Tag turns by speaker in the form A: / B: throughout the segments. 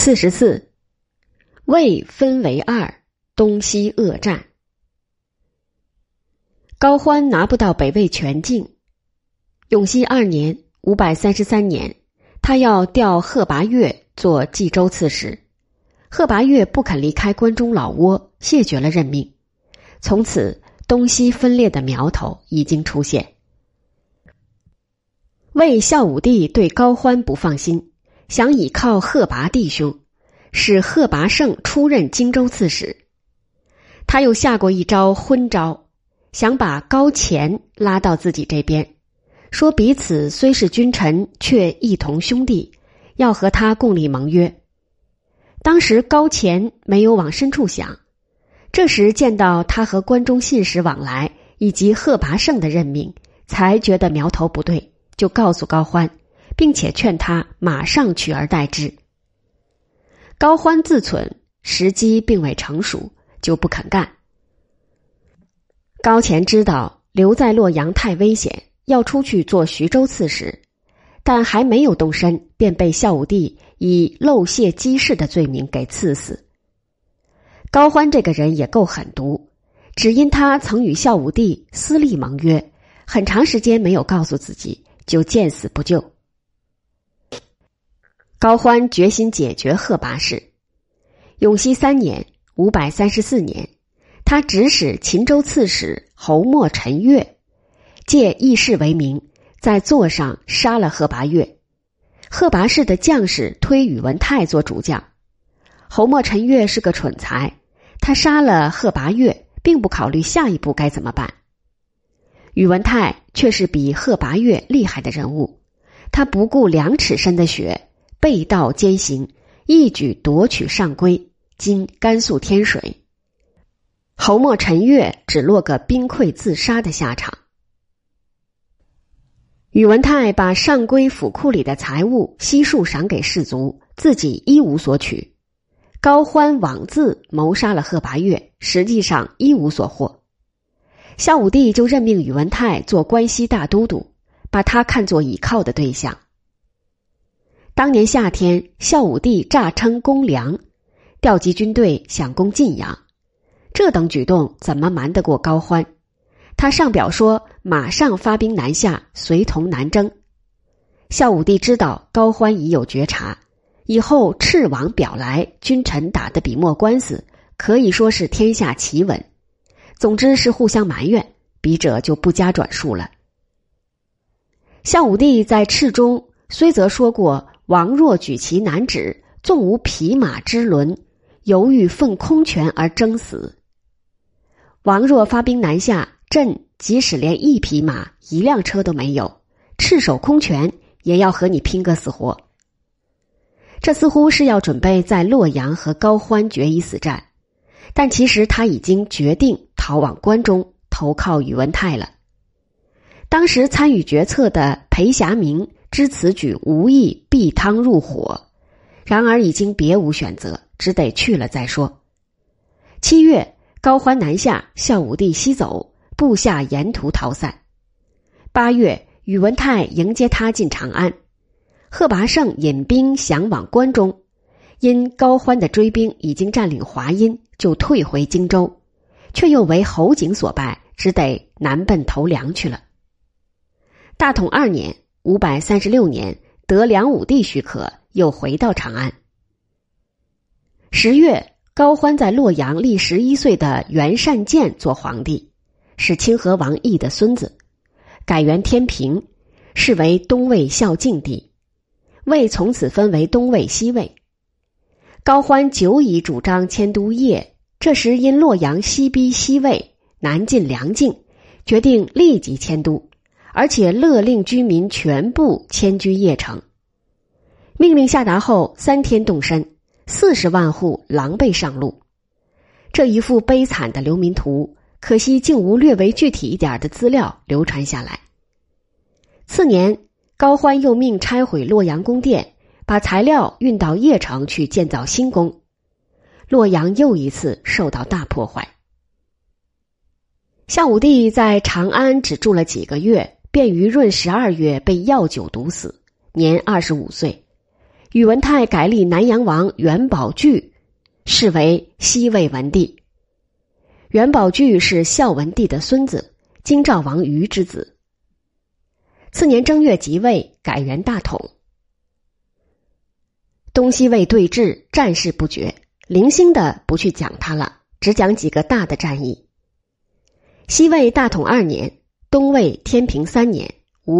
A: 44. 魏分为二，东西恶战。高欢拿不到北魏全境。永熙2年533年，他要调贺拔岳做冀州刺史，贺拔岳不肯离开关中老窝，谢绝了任命。从此东西分裂的苗头已经出现。魏孝武帝对高欢不放心，想倚靠贺拔弟兄，使贺拔胜出任荆州刺史。他又下过一招昏招，想把高乾拉到自己这边，说彼此虽是君臣，却一同兄弟，要和他共立盟约。当时高乾没有往深处想，这时见到他和关中信使往来，以及贺拔胜的任命，才觉得苗头不对，就告诉高欢，并且劝他马上取而代之。高欢自忖时机并未成熟，就不肯干。高乾知道留在洛阳太危险，要出去做徐州刺史，但还没有动身，便被孝武帝以漏泄机事的罪名给赐死。高欢这个人也够狠毒，只因他曾与孝武帝私立盟约，很长时间没有告诉自己，就见死不救。高欢决心解决贺拔氏。永熙3年534年，他指使秦州刺史侯莫陈岳借议事为名，在座上杀了贺拔岳。贺拔氏的将士推宇文泰做主将。侯莫陈岳是个蠢材，他杀了贺拔岳，并不考虑下一步该怎么办。宇文泰却是比贺拔岳厉害的人物，他不顾2尺深的雪，背道兼行，一举夺取上邽，今甘肃天水。侯莫陈岳只落个兵溃自杀的下场。宇文泰把上邽府库里的财物悉数赏给士卒，自己一无所取。高欢枉自谋杀了贺拔岳，实际上一无所获。孝武帝就任命宇文泰做关西大都督，把他看作倚靠的对象。当年夏天，孝武帝诈称公粮，调集军队想攻晋阳。这等举动怎么瞒得过高欢？他上表说马上发兵南下，随同南征。孝武帝知道高欢已有觉察，以后赤王表来，君臣打得笔墨官司，可以说是天下奇闻。总之是互相埋怨，笔者就不加转述了。孝武帝在敕中虽则说过王若举其南指，纵无匹马之轮，犹豫奉空权而争死。王若发兵南下，朕即使连1匹马1辆车都没有，赤手空拳也要和你拼个死活。这似乎是要准备在洛阳和高欢决一死战，但其实他已经决定逃往关中，投靠宇文泰了。当时参与决策的裴霞明知此举无益，避汤入火，然而已经别无选择，只得去了再说。7月，高欢南下，孝武帝西走，部下沿途逃散。8月，宇文泰迎接他进长安。贺拔胜引兵降往关中，因高欢的追兵已经占领华阴，就退回荆州，却又为侯景所败，只得南奔投梁去了。大统2年536年，得梁武帝许可，又回到长安。10月，高欢在洛阳立11岁的袁善见做皇帝，是清河王奕的孙子，改元天平，是为东魏孝静帝。魏从此分为东魏西魏。高欢久已主张迁都邺，这时因洛阳西逼西魏，南进梁境，决定立即迁都，而且勒令居民全部迁居邺城。命令下达后3天动身，40万户狼狈上路。这一幅悲惨的流民图，可惜竟无略为具体一点的资料流传下来。次年，高欢又命拆毁洛阳宫殿，把材料运到邺城去建造新宫。洛阳又一次受到大破坏。孝武帝在长安只住了几个月，便于闰12月被药酒毒死，年25岁。 宇文泰改立南阳王元宝炬，是为西魏文帝。元宝炬是孝文帝的孙子，京兆王于之子。次年正月即位，改元大统。东西魏对峙，战事不绝，零星的不去讲它了，只讲几个大的战役。西魏大统2年，东魏天平3年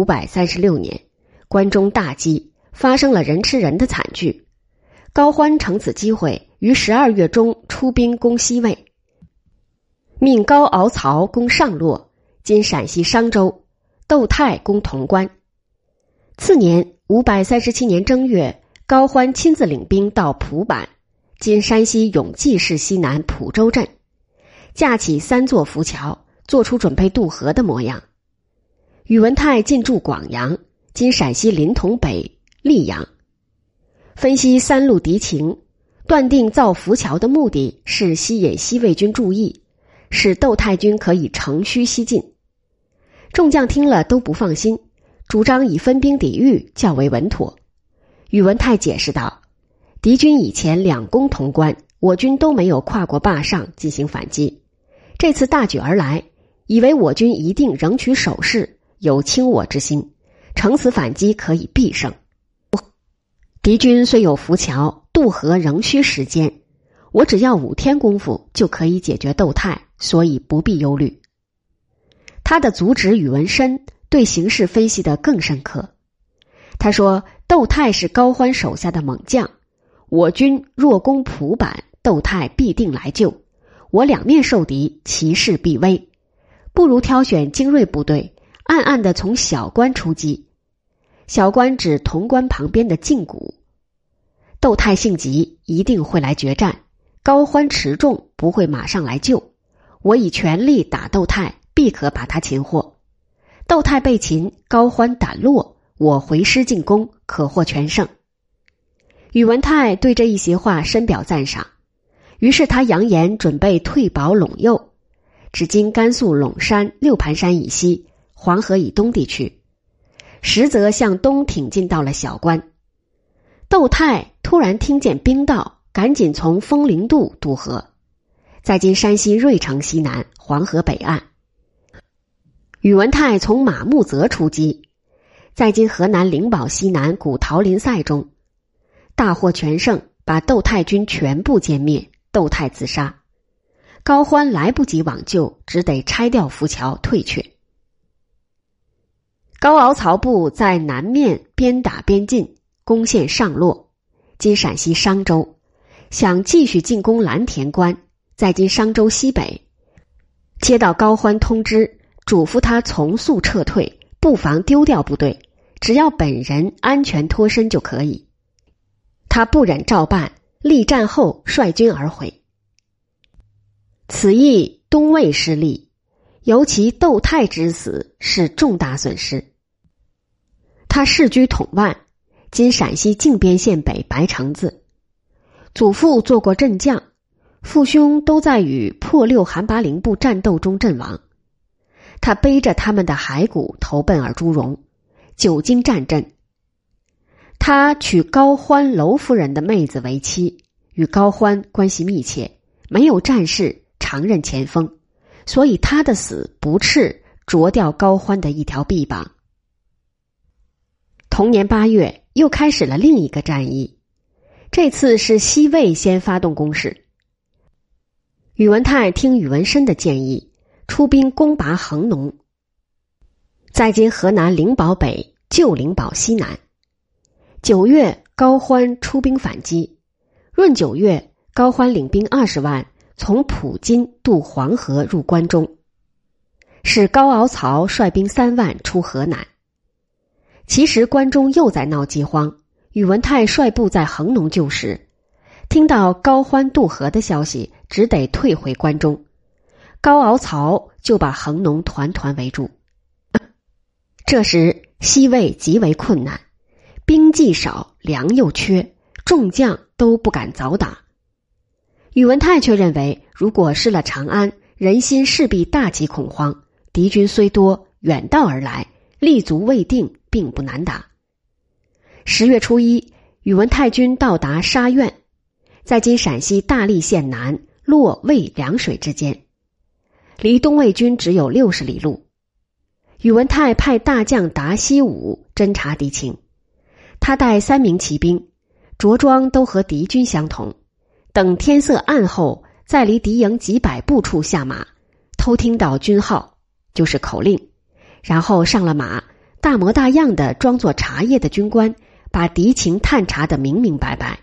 A: ，536年，关中大饥，发生了人吃人的惨剧。高欢乘此机会，于12月中出兵攻西魏，命高敖曹攻上洛（今陕西商州），窦泰攻潼关。次年537年正月，高欢亲自领兵到蒲坂（今山西永济市西南蒲州镇），架起3座浮桥，做出准备渡河的模样。宇文泰进驻广阳（今陕西临潼北溧阳），分析3路敌情，断定造浮桥的目的是吸引西魏军注意，使窦泰军可以乘虚西进。众将听了都不放心，主张以分兵抵御较为稳妥。宇文泰解释道，敌军以前2攻潼关，我军都没有跨过坝上进行反击，这次大举而来，以为我军一定仍取守势，有轻我之心，乘此反击可以必胜。敌军虽有浮桥，渡河仍需时间，我只要5天功夫就可以解决窦泰，所以不必忧虑。他的族侄宇文深对形势分析得更深刻。他说，窦泰是高欢手下的猛将，我军若攻蒲坂，窦泰必定来救，我2面受敌，其势必危，不如挑选精锐部队，暗暗地从小关出击。小关指潼关旁边的晋谷。窦泰性急，一定会来决战，高欢持重，不会马上来救，我以全力打窦泰，必可把他擒获。窦泰被擒，高欢胆落，我回师进攻，可获全胜。宇文泰对这一席话深表赞赏，于是他扬言准备退保陇右，指今甘肃陇山、六盘山以西、黄河以东地区，实则向东挺进到了小关。窦泰突然听见兵到，赶紧从枫林渡渡河，在今山西芮城西南、黄河北岸。宇文泰从马木泽出击，在今河南灵宝西南古桃林塞中，大获全胜，把窦泰军全部歼灭，窦泰自杀。高欢来不及往救，只得拆掉浮桥退却。高敖曹部在南面边打边进，攻陷上洛（今陕西商州），想继续进攻蓝田关（在今商州西北）。接到高欢通知，嘱咐他从速撤退，不妨丢掉部队，只要本人安全脱身就可以。他不忍照办，力战后率军而回。此役东魏失利，尤其窦泰之死是重大损失。他世居统万（今陕西靖边县北白城子），祖父做过镇将，父兄都在与破六韩拔陵部战斗中阵亡。他背着他们的骸骨投奔尔朱荣，久经战阵。他娶高欢娄夫人的妹子为妻，与高欢关系密切，没有战事，常任前锋，所以他的死不啻啄掉高欢的一条臂膀。同年8月，又开始了另一个战役，这次是西魏先发动攻势。宇文泰听宇文深的建议，出兵攻拔恒农，在今河南灵宝北、旧灵宝西南。9月，高欢出兵反击。闰9月，高欢领兵20万，从普津渡黄河入关中，使高敖曹率兵3万出河南。其实关中又在闹饥荒，宇文泰率部在恒农救时，听到高欢渡河的消息，只得退回关中。高敖曹就把恒农团团围住。这时西魏极为困难，兵既少，粮又缺，众将都不敢早打。宇文泰却认为，如果失了长安，人心势必大起恐慌，敌军虽多，远道而来，立足未定，并不难打。10月初1， 宇文泰军到达沙苑，在今陕西大荔县南洛渭两水之间，离东魏军只有60里路。宇文泰派大将达西武侦察敌情，他带3名骑兵，着装都和敌军相同，等天色暗后，在离敌营几百步处下马，偷听到军号，就是口令，然后上了马，大模大样的装作茶叶的军官，把敌情探查得明明白白。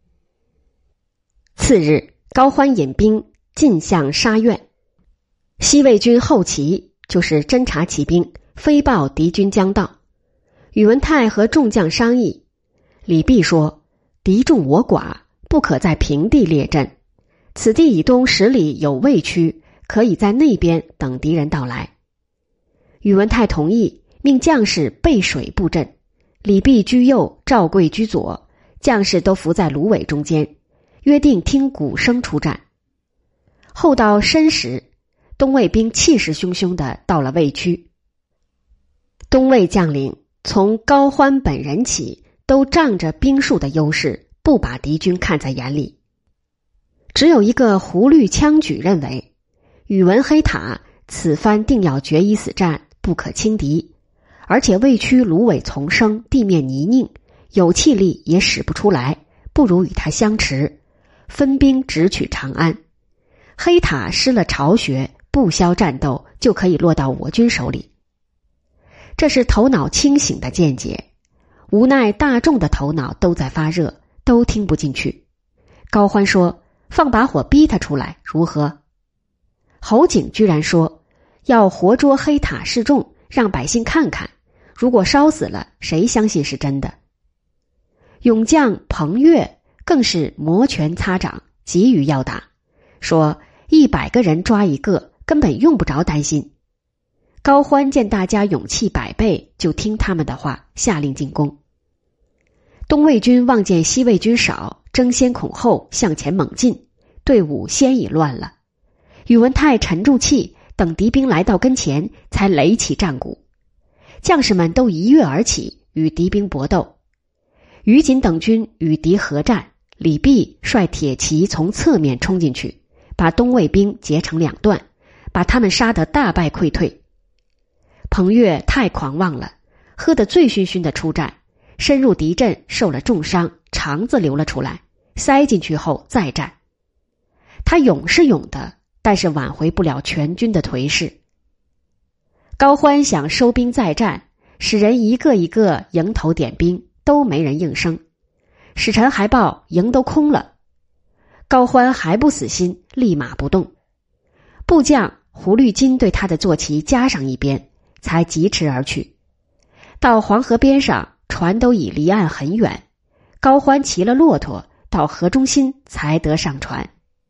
A: 次日，高欢引兵进向沙苑，西魏军后骑，就是侦察骑兵，飞报敌军将到。宇文泰和众将商议，李弼说：敌众我寡，不可在平地列阵，此地以东10里有魏区，可以在那边等敌人到来。宇文泰同意，命将士背水布阵，李弼居右，赵贵居左，将士都伏在芦苇中间，约定听鼓声出战。后到申时，东魏兵气势汹汹地到了魏区。东魏将领从高欢本人起，都仗着兵数的优势，不把敌军看在眼里。只有一个胡律枪举认为，宇文黑塔此番定要决一死战，不可轻敌，而且魏区芦苇丛生，地面泥泞，有气力也使不出来，不如与他相持，分兵直取长安。黑塔失了巢穴，不消战斗，就可以落到我军手里。这是头脑清醒的见解，无奈大众的头脑都在发热，都听不进去。高欢说：放把火逼他出来，如何？侯景居然说：要活捉黑塔示众，让百姓看看，如果烧死了，谁相信是真的？勇将彭越更是摩拳擦掌，急于要打，说100个人抓一个，根本用不着担心。高欢见大家勇气百倍，就听他们的话，下令进攻。东魏军望见西魏军少，争先恐后向前猛进，队伍先已乱了。宇文泰沉住气，等敌兵来到跟前，才擂起战鼓。将士们都一跃而起，与敌兵搏斗。于锦等军与敌合战，李弼率铁骑从侧面冲进去，把东魏兵截成2段，把他们杀得大败溃退。彭越太狂妄了，喝得醉醺醺的出战，深入敌阵受了重伤，肠子流了出来，塞进去后再战。他勇是勇的，但是挽回不了全军的颓势。高欢想收兵再战，使人一个一个迎头点兵，都没人应声。使臣还报营都空了。高欢还不死心，立马不动。部将胡律金对他的坐骑加上一鞭，才疾驰而去。到黄河边上，船都已离岸很远，高欢骑了骆驼到河中心才得上船。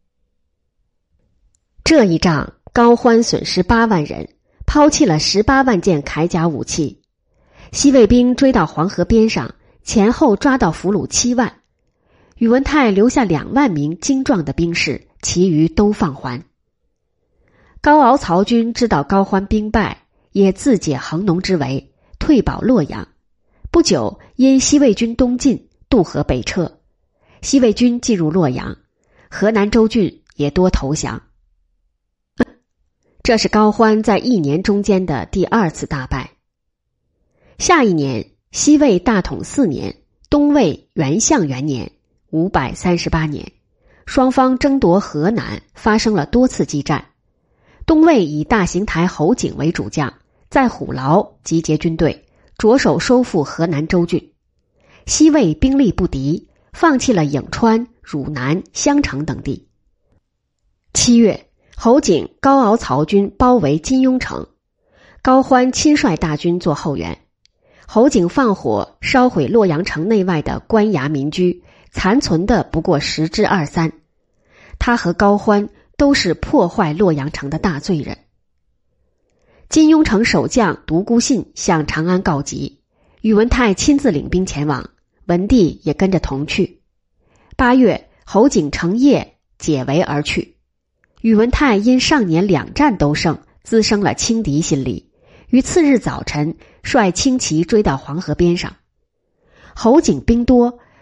A: 这一仗，高欢损失8万人，抛弃了18万件铠甲武器。西魏兵追到黄河边上，前后抓到俘虏7万。宇文泰留下2万名精壮的兵士，其余都放还。高敖曹军知道高欢兵败，也自解恒农之围，退保洛阳。不久，因西魏军东进，渡河北撤，西魏军进入洛阳，河南州郡也多投降。这是高欢在1年中间的第2次大败。下一年，西魏大统4年，东魏元象元年538年，双方争夺河南，发生了多次激战。东魏以大行台侯景为主将，在虎牢集结军队，着手收复河南州郡。西魏兵力不敌，放弃了颍川、汝南、襄城等地。7月，侯景、高敖曹军包围金庸城，高欢亲率大军做后援。侯景放火烧毁洛阳城内外的官衙民居，残存的不过10之23。他和高欢都是破坏洛阳城的大罪人。金庸城守将独孤信向长安告急，宇文泰亲自领兵前往，文帝也跟着同去。8月，侯景乘夜解围而去。宇文泰因上年2战都胜，滋生了轻敌心理，于次日早晨率轻骑追到黄河边上。侯景兵多，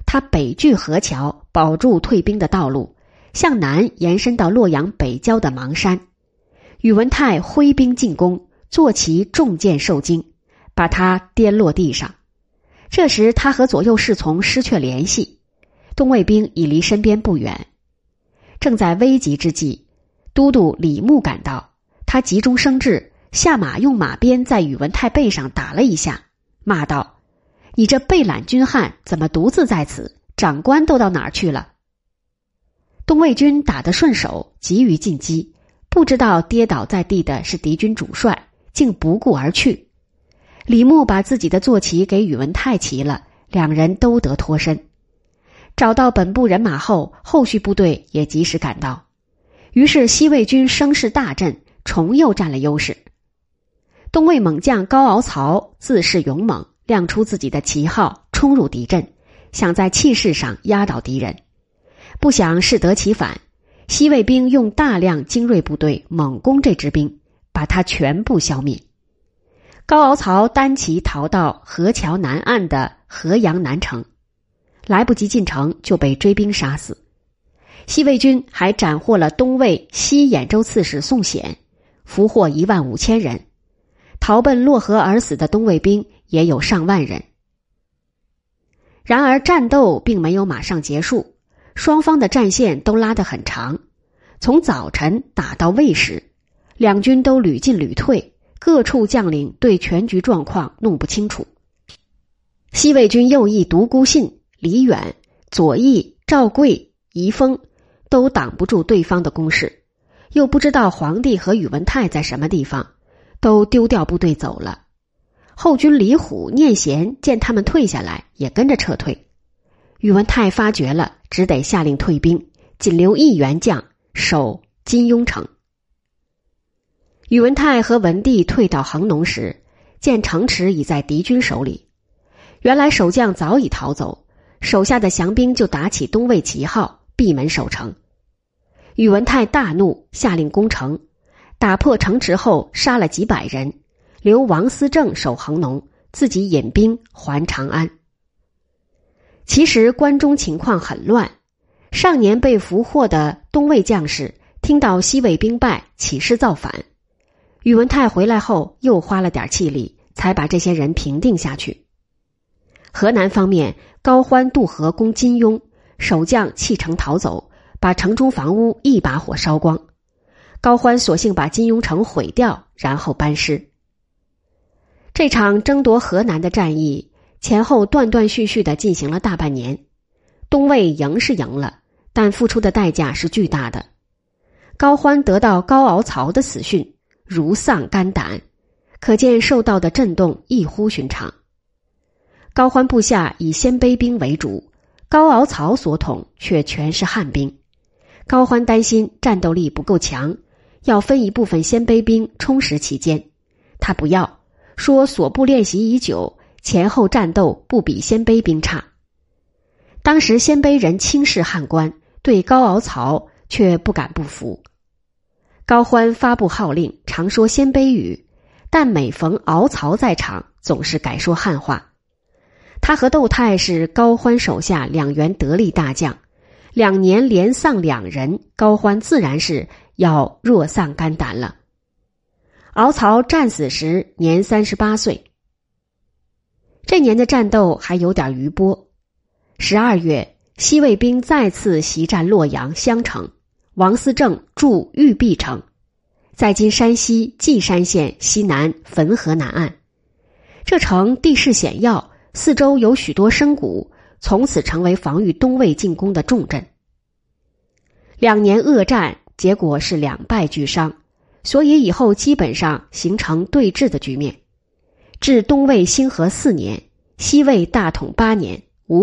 A: 他北据河桥，保住退兵的道路，向南延伸到洛阳北郊的邙山。宇文泰挥兵进攻，坐骑中箭受惊，把他颠落地上。这时他和左右侍从失去联系，东魏兵已离身边不远。正在危急之际，都督李牧赶到，他急中生智，下马用马鞭在宇文泰背上打了一下，骂道：“你这背懒军汉怎么独自在此？长官都到哪儿去了？”东魏军打得顺手，急于进击，不知道跌倒在地的是敌军主帅，竟不顾而去。李牧把自己的坐骑给宇文泰骑了，两人都得脱身。找到本部人马后，后续部队也及时赶到，于是西魏军声势大振，重又占了优势。东魏猛将高敖曹自恃勇猛，亮出自己的旗号，冲入敌阵，想在气势上压倒敌人。不想适得其反，西魏兵用大量精锐部队猛攻这支兵，把他全部消灭。高敖曹单骑逃到河桥南岸的河阳南城，来不及进城就被追兵杀死。西魏军还斩获了东魏西兖州刺史宋显，俘获15000人。逃奔洛河而死的东魏兵也有上万人。然而战斗并没有马上结束，双方的战线都拉得很长，从早晨打到未时，两军都屡进屡退，各处将领对全局状况弄不清楚。西魏军右翼独孤信、李远，左翼赵贵、宜丰都挡不住对方的攻势，又不知道皇帝和宇文泰在什么地方，都丢掉部队走了。后军李虎、聂贤见他们退下来，也跟着撤退。宇文泰发觉了，只得下令退兵，仅留1员将守金庸城。宇文泰和文帝退到恒农时，见城池已在敌军手里。原来守将早已逃走，手下的降兵就打起东魏旗号，闭门守城。宇文泰大怒，下令攻城，打破城池后杀了几百人，留王思政守恒农，自己引兵还长安。其实关中情况很乱，上年被俘获的东魏将士听到西魏兵败，起事造反。宇文泰回来后又花了点气力，才把这些人平定下去。河南方面，高欢渡河攻金庸，守将弃城逃走，把城中房屋一把火烧光。高欢索性把金庸城毁掉，然后班师。这场争夺河南的战役前后断断续续地进行了大半年。东魏赢是赢了，但付出的代价是巨大的。高欢得到高敖曹的死讯，如丧肝胆，可见受到的震动异乎寻常。高欢部下以鲜卑兵为主，高敖曹所统却全是汉兵。高欢担心战斗力不够强，要分一部分鲜卑兵充实其间。他不要，说所部练习已久，前后战斗不比鲜卑兵差。当时鲜卑人轻视汉官，对高敖曹却不敢不服。高欢发布号令，常说鲜卑语，但每逢敖曹在场，总是改说汉话。他和窦泰是高欢手下2员得力大将，2年连丧2人，高欢自然是要弱丧肝胆了。敖曹战死时年38岁。这年的战斗还有点余波。12月，西魏兵再次袭占洛阳襄城，王思政驻玉璧城，在今山西稷山县西南汾河南岸。这城地势险要，四周有许多深谷，从此成为防御东魏进攻的重镇。2年恶战，结果是2败俱伤，所以以后基本上形成对峙的局面。至东魏兴和4年，西魏大统8年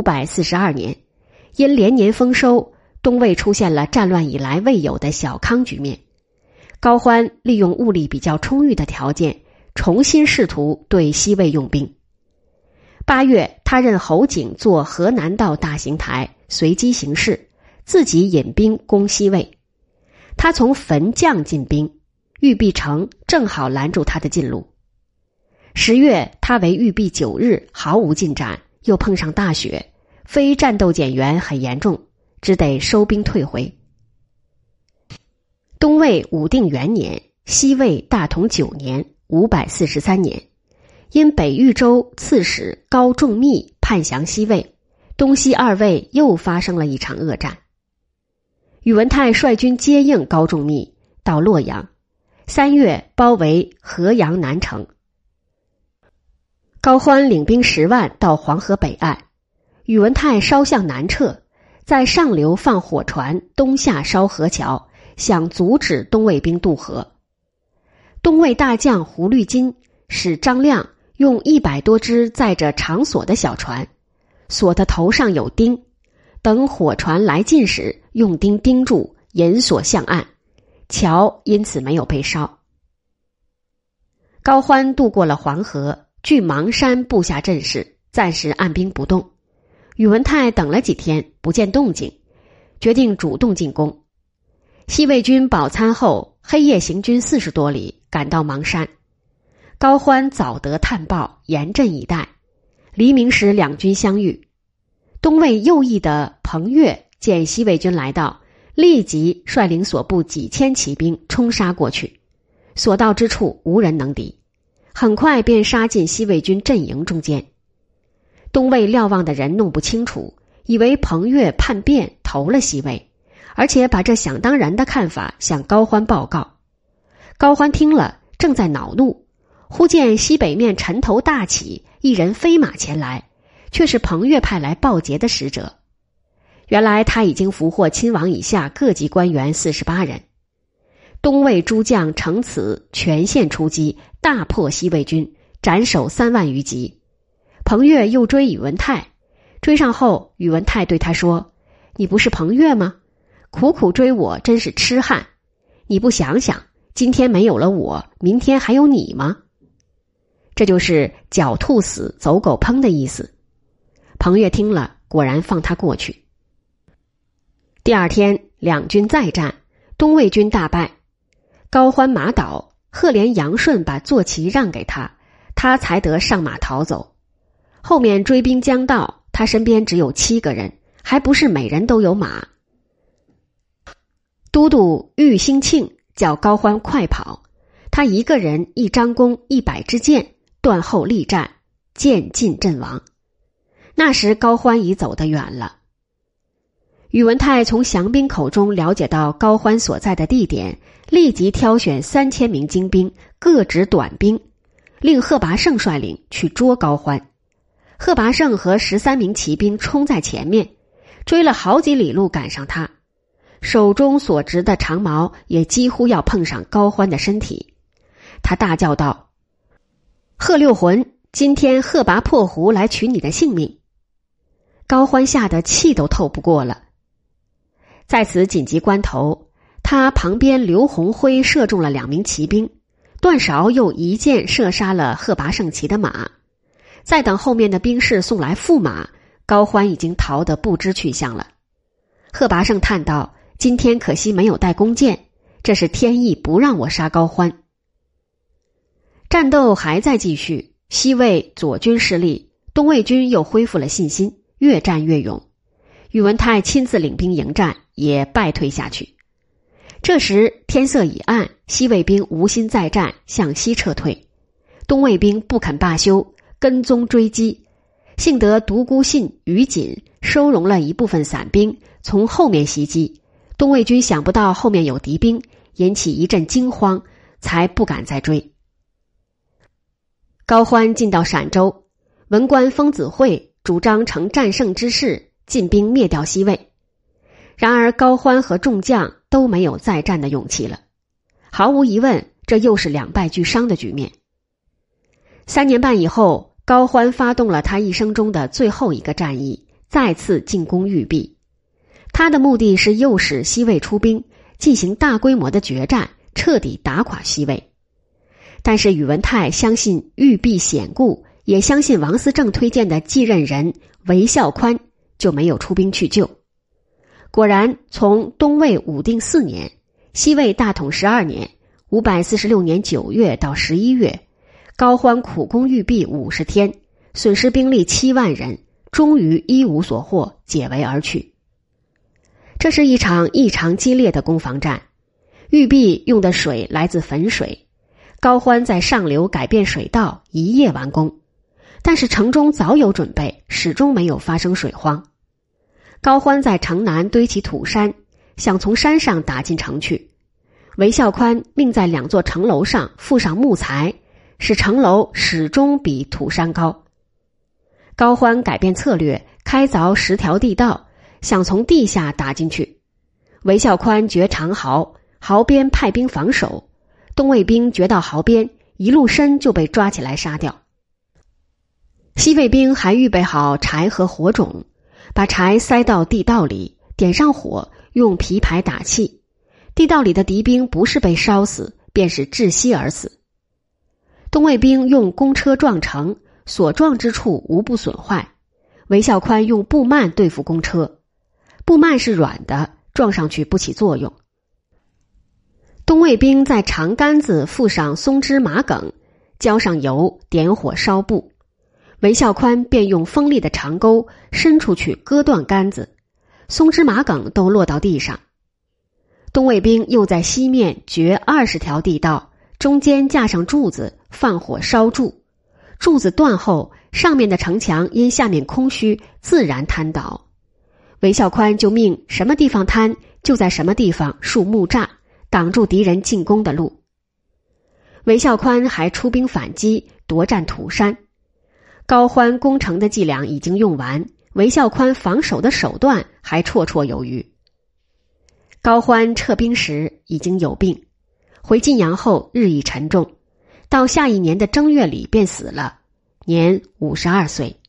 A: 542年，因连年丰收，东魏出现了战乱以来未有的小康局面。高欢利用物力比较充裕的条件，重新试图对西魏用兵。8月，他任侯景做河南道大行台，随机行事，自己引兵攻西魏。他从汾将进兵，玉璧城正好拦住他的进路。10月，他为玉璧9日，毫无进展，又碰上大雪， 非战斗减员很严重，只得收兵退回。东魏武定元年，西魏大同9年543年，因北豫州刺史高仲密叛降西魏，东西二魏又发生了一场恶战。宇文泰率军接应高仲密到洛阳，3月包围河阳南城。高欢领兵10万到黄河北岸，宇文泰稍向南撤，在上流放火船东下烧河桥，想阻止东魏兵渡河。东魏大将胡律金使张亮用100多只载着长锁的小船，锁的头上有钉，等火船来近时，用钉钉住，引锁向岸，桥因此没有被烧。高欢渡过了黄河，据邙山布下阵势，暂时按兵不动。宇文泰等了几天，不见动静，决定主动进攻。西魏军饱餐后，黑夜行军40多里，赶到邙山。高欢早得探报，严阵以待。黎明时两军相遇。东魏右翼的彭越见西魏军来到，立即率领所部几千骑兵冲杀过去，所到之处无人能敌，很快便杀进西魏军阵营中间。东魏瞭望的人弄不清楚，以为彭越叛变投了西魏，而且把这想当然的看法向高欢报告。高欢听了，正在恼怒，忽见西北面尘头大起，一人飞马前来，却是彭越派来报捷的使者。原来他已经俘获亲王以下各级官员48人。东魏诸将乘此全线出击，大破西魏军，斩首3万余级。彭越又追宇文泰，追上后，宇文泰对他说：“你不是彭越吗？苦苦追我，真是痴汉！你不想想，今天没有了我，明天还有你吗？”这就是狡兔死，走狗烹的意思。彭越听了，果然放他过去。第二天，两军再战，东魏军大败。高欢马倒，赫连杨顺把坐骑让给他，他才得上马逃走。后面追兵将到，他身边只有7个人，还不是每人都有马。都督郁兴庆叫高欢快跑，他一个人一张弓100支箭，断后力战，渐进阵亡。那时高欢已走得远了。宇文泰从降兵口中了解到高欢所在的地点，立即挑选3000名精兵，各执短兵，令贺拔胜率领去捉高欢。贺拔胜和13名骑兵冲在前面，追了好几里路赶上他，手中所执的长矛也几乎要碰上高欢的身体。他大叫道：“贺六魂，今天贺拔破胡来取你的性命！”高欢吓得气都透不过了。在此紧急关头，他旁边刘鸿辉射中了2名骑兵，段韶又一箭射杀了贺拔胜骑的马。再等后面的兵士送来驸马，高欢已经逃得不知去向了。贺拔胜叹道：“今天可惜没有带弓箭，这是天意不让我杀高欢。”战斗还在继续，西魏左军失利，东魏军又恢复了信心，越战越勇。宇文泰亲自领兵迎战，也败退下去。这时天色已暗，西魏兵无心再战，向西撤退。东魏兵不肯罢休，跟踪追击，幸得独孤信、于锦收容了一部分散兵，从后面袭击。东魏军想不到后面有敌兵，引起一阵惊慌，才不敢再追。高欢进到陕州，文官封子会主张成战胜之势，进兵灭掉西魏。然而高欢和众将都没有再战的勇气了。毫无疑问，这又是2败俱伤的局面。3年半以后，高欢发动了他一生中的最后一个战役，再次进攻玉璧。他的目的是诱使西魏出兵，进行大规模的决战，彻底打垮西魏。但是宇文泰相信玉璧险固，也相信王思政推荐的继任人韦孝宽，就没有出兵去救。果然，从东魏武定4年、西魏大统12年546年9月到11月，高欢苦攻玉璧50天，损失兵力7万人， 终于一无所获，解围而去。这是一场异常激烈的攻防战。玉璧用的水来自汾水，高欢在上流改变水道，一夜完工。但是城中早有准备，始终没有发生水荒。高欢在城南堆起土山，想从山上打进城去。韦孝宽命在2座城楼上附上木材，使城楼始终比土山高。高欢改变策略，开凿10条地道，想从地下打进去。韦孝宽掘长壕，壕边派兵防守，东魏兵掘到壕边，一路申就被抓起来杀掉。西魏兵还预备好柴和火种，把柴塞到地道里，点上火，用皮牌打气。地道里的敌兵不是被烧死，便是窒息而死。东魏兵用公车撞城，所撞之处无不损坏。韦孝宽用布幔对付公车，布幔是软的，撞上去不起作用。东魏兵在长杆子附上松枝麻梗，浇上油，点火烧布。韦孝宽便用锋利的长钩伸出去割断杆子，松枝麻梗都落到地上。东魏兵又在西面掘20条地道，中间架上柱子，放火烧柱。柱子断后，上面的城墙因下面空虚，自然瘫倒。韦孝宽就命什么地方瘫，就在什么地方竖木栅，挡住敌人进攻的路。韦孝宽还出兵反击，夺占土山。高欢攻城的伎俩已经用完，韦孝宽防守的手段还绰绰有余。高欢撤兵时已经有病，回晋阳后日益沉重，到下一年的正月里便死了，年52岁。